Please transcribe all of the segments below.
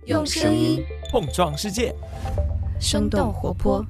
用声音碰撞世界， 生动活泼。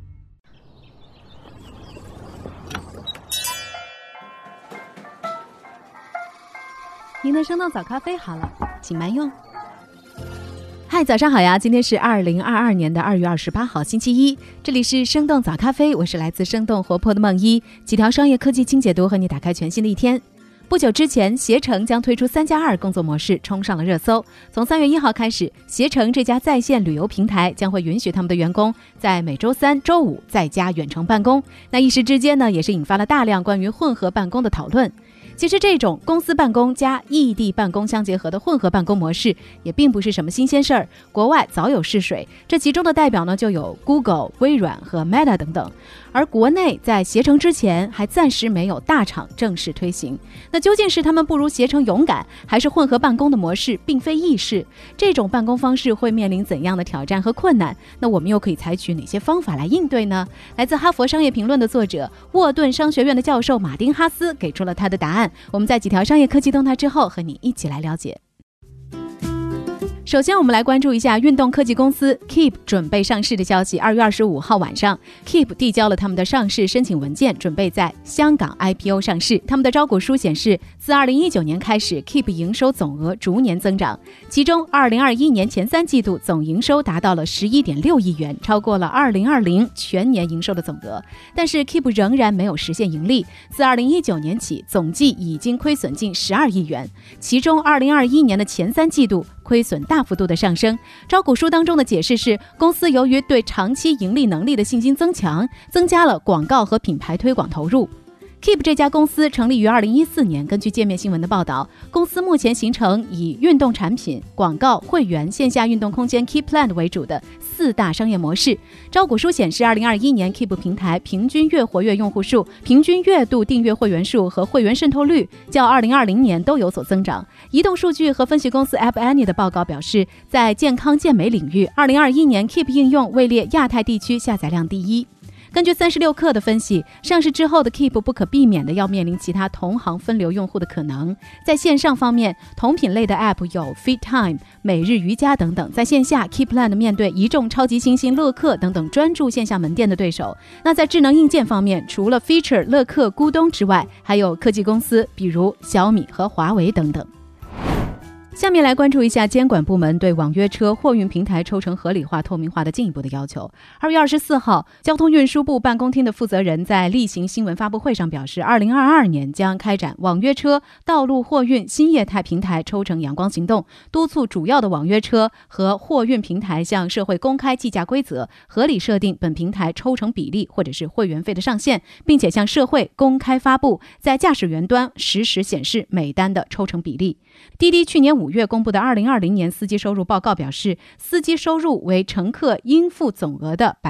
您的生动早咖啡好了，请慢用。嗨，早上好呀！今天是2022年2月28号，星期一。这里是生动早咖啡，我是来自生动活泼的梦一，几条商业科技轻解读，和你打开全新的一天。不久之前，携程将推出3+2工作模式，冲上了热搜。从3月1号开始，携程这家在线旅游平台将会允许他们的员工在每周3、周5在家远程办公。那一时之间呢，也是引发了大量关于混合办公的讨论。其实这种公司办公加异地办公相结合的混合办公模式也并不是什么新鲜事儿，国外早有试水，这其中的代表呢就有 Google、微软和 Meta 等等。而国内在携程之前还暂时没有大厂正式推行。那究竟是他们不如携程勇敢，还是混合办公的模式并非易事？这种办公方式会面临怎样的挑战和困难？那我们又可以采取哪些方法来应对呢？来自哈佛商业评论的作者、沃顿商学院的教授马丁哈斯给出了他的答案。我们在几条商业科技动态之后，和你一起来了解。首先我们来关注一下运动科技公司 Keep 准备上市的消息。2月25号晚上， Keep 递交了他们的上市申请文件，准备在香港 IPO 上市。他们的招股书显示，自2019年开始， Keep 营收总额逐年增长，其中2021年前3季度总营收达到了11.6亿元，超过了2020全年营收的总额。但是 Keep 仍然没有实现盈利，自2019年起总计已经亏损近12亿元，其中2021年的前3季度亏损大幅度的上升。招股书当中的解释是，公司由于对长期盈利能力的信心增强，增加了广告和品牌推广投入。Keep 这家公司成立于2014年，根据界面新闻的报道，公司目前形成以运动产品、广告、会员、线下运动空间 KeepLand 为主的4大商业模式。招股书显示，2021年 Keep 平台平均月活跃用户数、平均月度订阅会员数和会员渗透率较2020年都有所增长。移动数据和分析公司 App Annie 的报告表示，在健康健美领域，2021年 Keep 应用位列亚太地区下载量第1。根据36氪的分析，上市之后的 Keep 不可避免的要面临其他同行分流用户的可能。在线上方面，同品类的 App 有 FitTime、每日瑜伽等等；在线下 KeepLand 面对一众超级新星乐客等等专注线下门店的对手。那在智能硬件方面，除了 Feature、乐客、咕咚之外，还有科技公司，比如小米和华为等等。下面来关注一下监管部门对网约车货运平台抽成合理化、透明化的进一步的要求。2月24号，交通运输部办公厅的负责人在例行新闻发布会上表示，2022年将开展网约车道路货运新业态平台抽成阳光行动，督促主要的网约车和货运平台向社会公开计价规则，合理设定本平台抽成比例或者是会员费的上限，并且向社会公开发布在驾驶员端实时显示每单的抽成比例。滴滴去年5月公布的2020年司机收入报告表示，司机收入为乘客应付总额的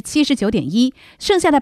79.1%， 剩下的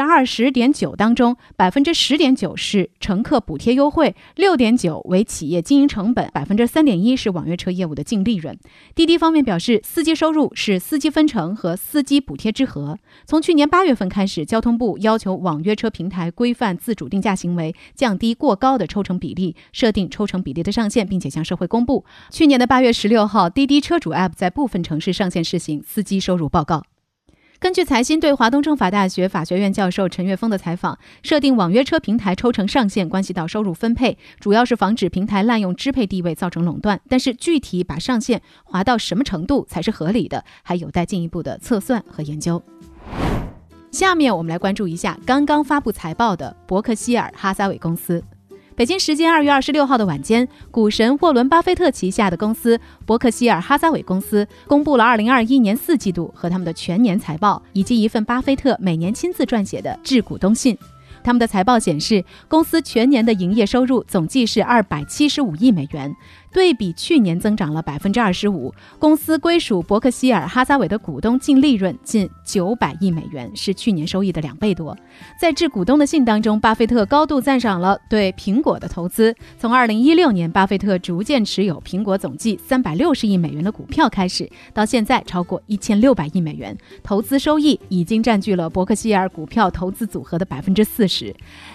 20.9% 当中 10.9% 是乘客补贴优惠， 6.9% 为企业经营成本， 3.1% 是网约车业务的净利润。滴滴方面表示，司机收入是司机分成和司机补贴之和。从去年8月份开始，交通部要求网约车平台规范自主定价行为，降低过高的抽成比例，设定抽成比例的上限，并且向社会公布。去年的8月16号，滴滴车主 App 在部分城市上线试行司机收入报告。根据财新对华东政法大学法学院教授陈岳峰的采访，设定网约车平台抽成上限关系到收入分配，主要是防止平台滥用支配地位造成垄断，但是具体把上限划到什么程度才是合理的，还有待进一步的测算和研究。下面我们来关注一下刚刚发布财报的伯克希尔哈撒韦公司。北京时间2月26号的晚间，股神沃伦·巴菲特旗下的公司伯克希尔哈撒韦公司公布了2021年4季度和他们的全年财报，以及一份巴菲特每年亲自撰写的致股东信。他们的财报显示，公司全年的营业收入总计是275亿美元，对比去年增长了 25%。 公司归属伯克希尔哈撒韦的股东净利润近900亿美元，是去年收益的2倍多。在致股东的信当中，巴菲特高度赞赏了对苹果的投资。从2016年巴菲特逐渐持有苹果总计360亿美元的股票开始，到现在超过1600亿美元，投资收益已经占据了伯克希尔股票投资组合的40%。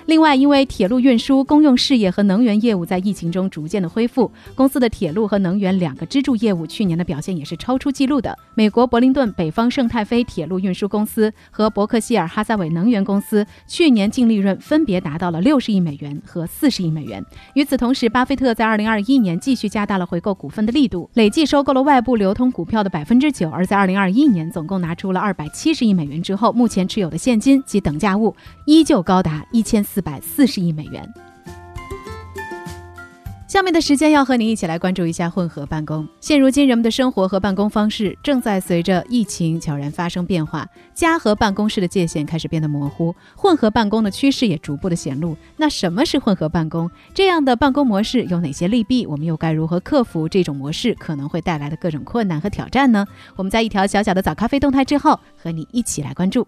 另外，因为铁路运输、公用事业和能源业务在疫情中逐渐的恢复，公司的铁路和能源两个支柱业务去年的表现也是超出纪录的。美国伯林顿北方圣太菲铁路运输公司和伯克希尔哈撒韦能源公司去年净利润分别达到了60亿美元和40亿美元。与此同时，巴菲特在2021年继续加大了回购股份的力度，累计收购了外部流通股票的9%，而在2021年总共拿出了270亿美元之后，目前持有的现金及等价物依旧高达1440亿美元。下面的时间要和你一起来关注一下混合办公。现如今人们的生活和办公方式正在随着疫情悄然发生变化，家和办公室的界限开始变得模糊，混合办公的趋势也逐步的显露。那什么是混合办公？这样的办公模式有哪些利弊？我们又该如何克服这种模式可能会带来的各种困难和挑战呢？我们在一条小小的早咖啡动态之后，和你一起来关注。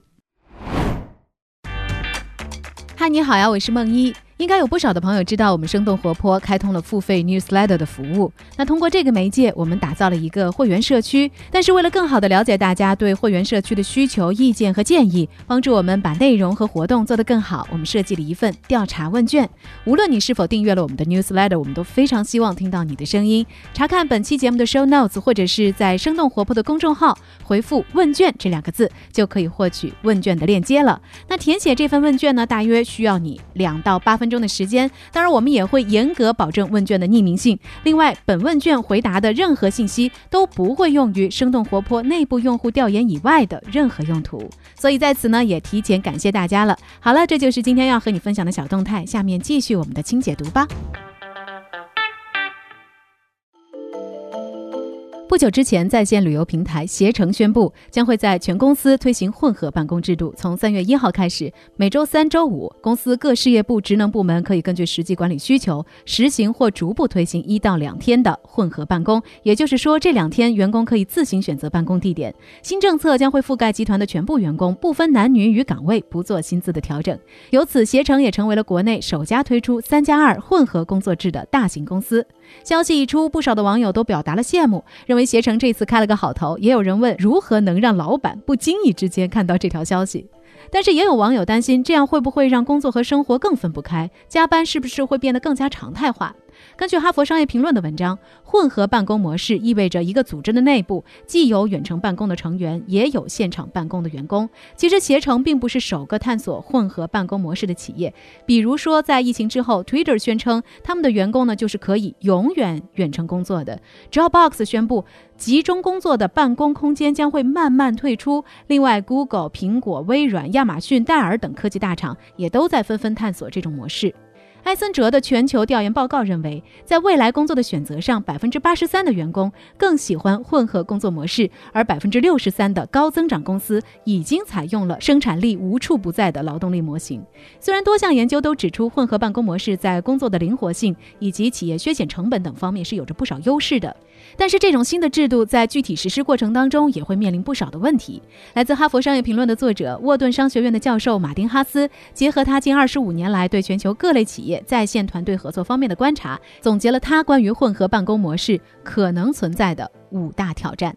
嗨，你好呀，我是梦一。应该有不少的朋友知道，我们生动活泼开通了付费 newsletter 的服务。那通过这个媒介，我们打造了一个会员社区。但是为了更好的了解大家对会员社区的需求、意见和建议，帮助我们把内容和活动做得更好，我们设计了一份调查问卷。无论你是否订阅了我们的 newsletter， 我们都非常希望听到你的声音。查看本期节目的 show notes， 或者是在生动活泼的公众号回复问卷这2个字，就可以获取问卷的链接了。那填写这份问卷呢，大约需要你2到8分钟的时间，当然我们也会严格保证问卷的匿名性。另外，本问卷回答的任何信息都不会用于生动活泼内部用户调研以外的任何用途。所以在此呢，也提前感谢大家了。好了，这就是今天要和你分享的小动态，下面继续我们的轻解读吧。不久之前，在线旅游平台携程宣布，将会在全公司推行混合办公制度。从3月1号开始，每周3、周5，公司各事业部职能部门可以根据实际管理需求，实行或逐步推行1到2天的混合办公。也就是说，这2天员工可以自行选择办公地点。新政策将会覆盖集团的全部员工，不分男女与岗位，不做薪资的调整。由此，携程也成为了国内首家推出3+2混合工作制的大型公司。消息一出，不少的网友都表达了羡慕，认为携程这次开了个好头。也有人问，如何能让老板不经意之间看到这条消息？但是也有网友担心，这样会不会让工作和生活更分不开？加班是不是会变得更加常态化？根据哈佛商业评论的文章，混合办公模式意味着一个组织的内部既有远程办公的成员，也有现场办公的员工。其实携程并不是首个探索混合办公模式的企业，比如说在疫情之后， Twitter 宣称他们的员工呢就是可以永远远程工作的。 Dropbox 宣布集中工作的办公空间将会慢慢退出。另外 Google、苹果、微软、亚马逊、戴尔等科技大厂也都在纷纷探索这种模式。埃森哲的全球调研报告认为，在未来工作的选择上，83%的员工更喜欢混合工作模式，而63%的高增长公司已经采用了生产力无处不在的劳动力模型。虽然多项研究都指出混合办公模式在工作的灵活性以及企业削减成本等方面是有着不少优势的，但是这种新的制度在具体实施过程当中也会面临不少的问题。来自哈佛商业评论的作者、沃顿商学院的教授马丁哈斯，结合他近25年来对全球各类企业在线团队合作方面的观察，总结了他关于混合办公模式可能存在的5大挑战。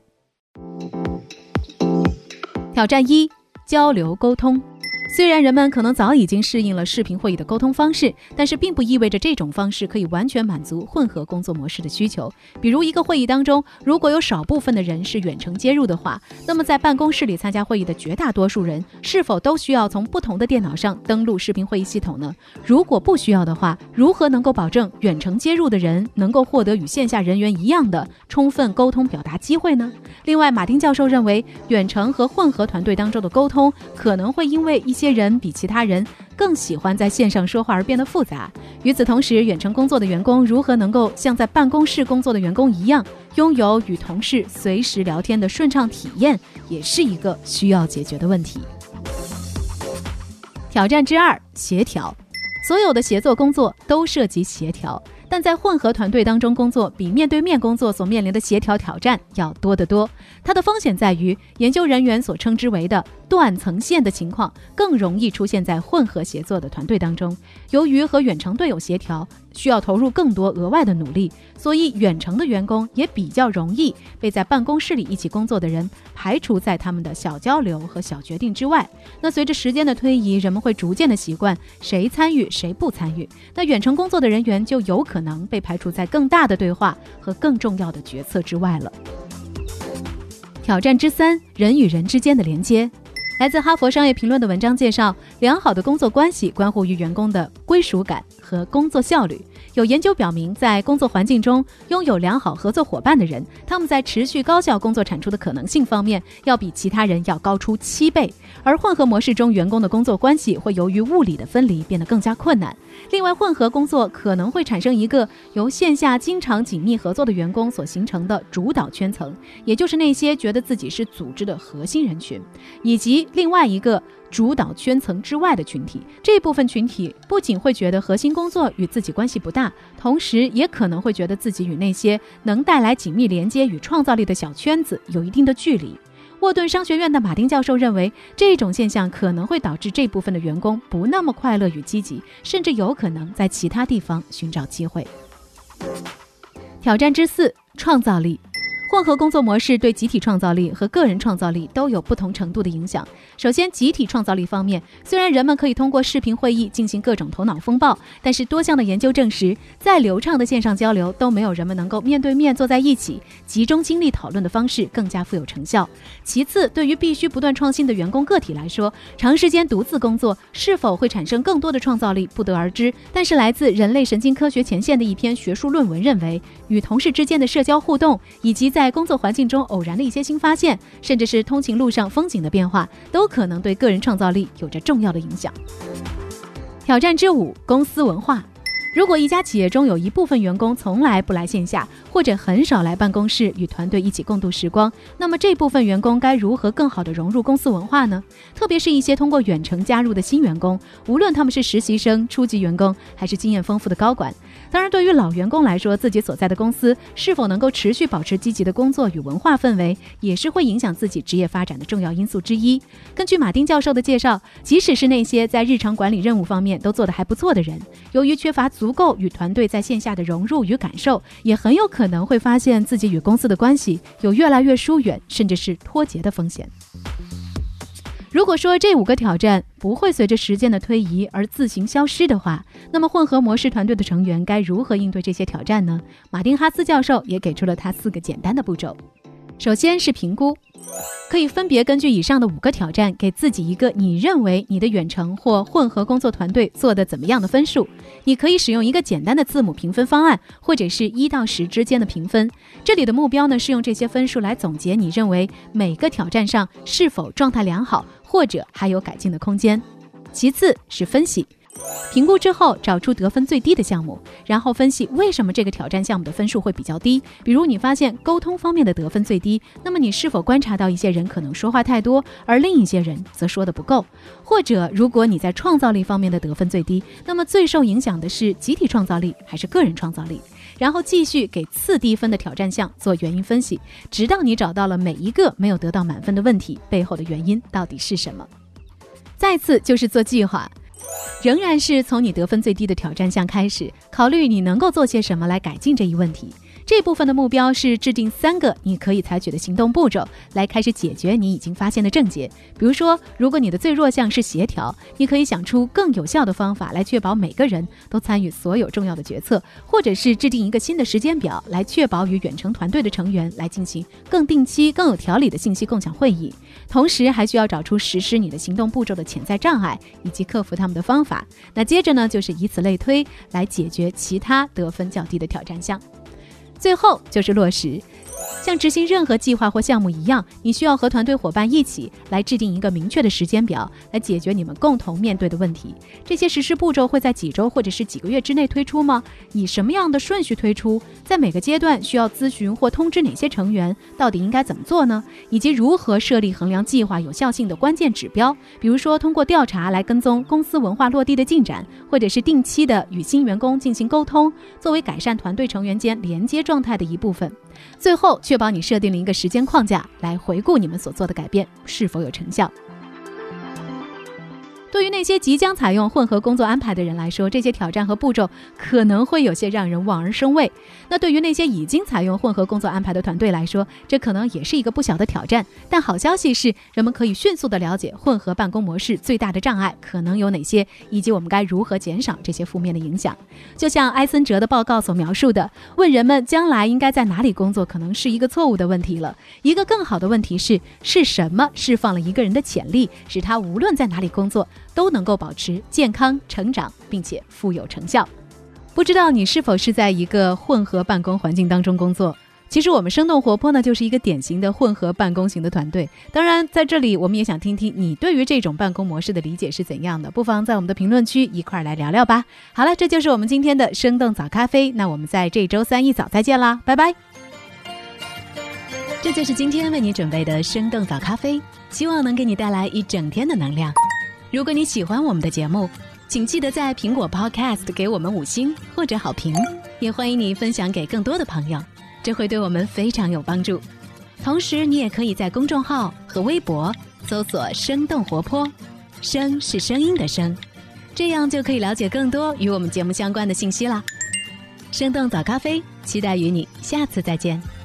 挑战1：交流沟通。虽然人们可能早已经适应了视频会议的沟通方式，但是并不意味着这种方式可以完全满足混合工作模式的需求。比如一个会议当中，如果有少部分的人是远程接入的话，那么在办公室里参加会议的绝大多数人是否都需要从不同的电脑上登录视频会议系统呢？如果不需要的话，如何能够保证远程接入的人能够获得与线下人员一样的充分沟通表达机会呢？另外，马丁教授认为，远程和混合团队当中的沟通可能会因为一些人比其他人更喜欢在线上说话而变得复杂。与此同时，远程工作的员工如何能够像在办公室工作的员工一样，拥有与同事随时聊天的顺畅体验，也是一个需要解决的问题。挑战之2：协调。所有的协作工作都涉及协调，但在混合团队当中工作比面对面工作所面临的协调挑战要多得多。它的风险在于研究人员所称之为的断层线的情况更容易出现在混合协作的团队当中。由于和远程队友协调需要投入更多额外的努力，所以远程的员工也比较容易被在办公室里一起工作的人排除在他们的小交流和小决定之外。那随着时间的推移，人们会逐渐的习惯谁参与谁不参与，那远程工作的人员就有可能被排除在更大的对话和更重要的决策之外了。挑战之3，人与人之间的连接。来自哈佛商业评论的文章介绍，良好的工作关系关乎于员工的归属感和工作效率。有研究表明，在工作环境中拥有良好合作伙伴的人，他们在持续高效工作产出的可能性方面要比其他人要高出7倍。而混合模式中员工的工作关系会由于物理的分离变得更加困难。另外，混合工作可能会产生一个由线下经常紧密合作的员工所形成的主导圈层，也就是那些觉得自己是组织的核心人群，以及另外一个主导圈层之外的群体。这部分群体不仅会觉得核心工作与自己关系不大，同时也可能会觉得自己与那些能带来紧密连接与创造力的小圈子有一定的距离。沃顿商学院的马丁教授认为，这种现象可能会导致这部分的员工不那么快乐与积极，甚至有可能在其他地方寻找机会。挑战之4，创造力。混合工作模式对集体创造力和个人创造力都有不同程度的影响。首先，集体创造力方面，虽然人们可以通过视频会议进行各种头脑风暴，但是多项的研究证实，再流畅的线上交流都没有人们能够面对面坐在一起集中精力讨论的方式更加富有成效。其次，对于必须不断创新的员工个体来说，长时间独自工作是否会产生更多的创造力不得而知，但是来自人类神经科学前线的一篇学术论文认为，与同事之间的社交互动，以及在工作环境中偶然的一些新发现，甚至是通勤路上风景的变化，都可能对个人创造力有着重要的影响。挑战之5，公司文化。如果一家企业中有一部分员工从来不来线下，或者很少来办公室与团队一起共度时光，那么这部分员工该如何更好地融入公司文化呢？特别是一些通过远程加入的新员工，无论他们是实习生、初级员工，还是经验丰富的高管。当然，对于老员工来说，自己所在的公司是否能够持续保持积极的工作与文化氛围，也是会影响自己职业发展的重要因素之一。根据马丁教授的介绍，即使是那些在日常管理任务方面都做得还不错的人，由于缺乏足够与团队在线下的融入与感受，也很有可能会发现自己与公司的关系有越来越疏远，甚至是脱节的风险。如果说这5个挑战不会随着时间的推移而自行消失的话，那么混合模式团队的成员该如何应对这些挑战呢？马丁哈斯教授也给出了他4个简单的步骤。首先是评估，可以分别根据以上的5个挑战，给自己一个你认为你的远程或混合工作团队做得怎么样的分数。你可以使用一个简单的字母评分方案，或者是1到10之间的评分。这里的目标呢，是用这些分数来总结你认为每个挑战上是否状态良好，或者还有改进的空间。其次是分析，评估之后找出得分最低的项目，然后分析为什么这个挑战项目的分数会比较低。比如你发现沟通方面的得分最低，那么你是否观察到一些人可能说话太多，而另一些人则说得不够？或者如果你在创造力方面的得分最低，那么最受影响的是集体创造力还是个人创造力？然后继续给次低分的挑战项做原因分析，直到你找到了每一个没有得到满分的问题背后的原因到底是什么。再次就是做计划，仍然是从你得分最低的挑战项开始，考虑你能够做些什么来改进这一问题。这部分的目标是制定3个你可以采取的行动步骤，来开始解决你已经发现的症结。比如说，如果你的最弱项是协调，你可以想出更有效的方法来确保每个人都参与所有重要的决策，或者是制定一个新的时间表，来确保与远程团队的成员来进行更定期、更有条理的信息共享会议。同时还需要找出实施你的行动步骤的潜在障碍，以及克服他们的方法。那接着呢，就是以此类推，来解决其他得分较低的挑战项。最后就是落实，像执行任何计划或项目一样，你需要和团队伙伴一起来制定一个明确的时间表，来解决你们共同面对的问题。这些实施步骤会在几周或者是几个月之内推出吗？以什么样的顺序推出？在每个阶段需要咨询或通知哪些成员？到底应该怎么做呢？以及如何设立衡量计划有效性的关键指标？比如说通过调查来跟踪公司文化落地的进展，或者是定期的与新员工进行沟通，作为改善团队成员间连接状态的一部分。最后确保你设定了一个时间框架，来回顾你们所做的改变是否有成效。 对于那些即将采用混合工作安排的人来说，这些挑战和步骤可能会有些让人望而生畏。那对于那些已经采用混合工作安排的团队来说，这可能也是一个不小的挑战。但好消息是，人们可以迅速地了解混合办公模式最大的障碍可能有哪些，以及我们该如何减少这些负面的影响。就像埃森哲的报告所描述的，问人们将来应该在哪里工作，可能是一个错误的问题了。一个更好的问题是什么释放了一个人的潜力，使他无论在哪里工作都能够保持健康成长，并且富有成效。不知道你是否是在一个混合办公环境当中工作？其实我们生动活泼呢，就是一个典型的混合办公型的团队。当然在这里我们也想听听你对于这种办公模式的理解是怎样的，不妨在我们的评论区一块来聊聊吧。好了，这就是我们今天的生动早咖啡，那我们在这周三一早再见啦，拜拜。这就是今天为你准备的生动早咖啡，希望能给你带来一整天的能量。如果你喜欢我们的节目，请记得在苹果 Podcast 给我们5星或者好评，也欢迎你分享给更多的朋友，这会对我们非常有帮助。同时你也可以在公众号和微博搜索生动活泼，声是声音的声，这样就可以了解更多与我们节目相关的信息啦。生动早咖啡，期待与你下次再见。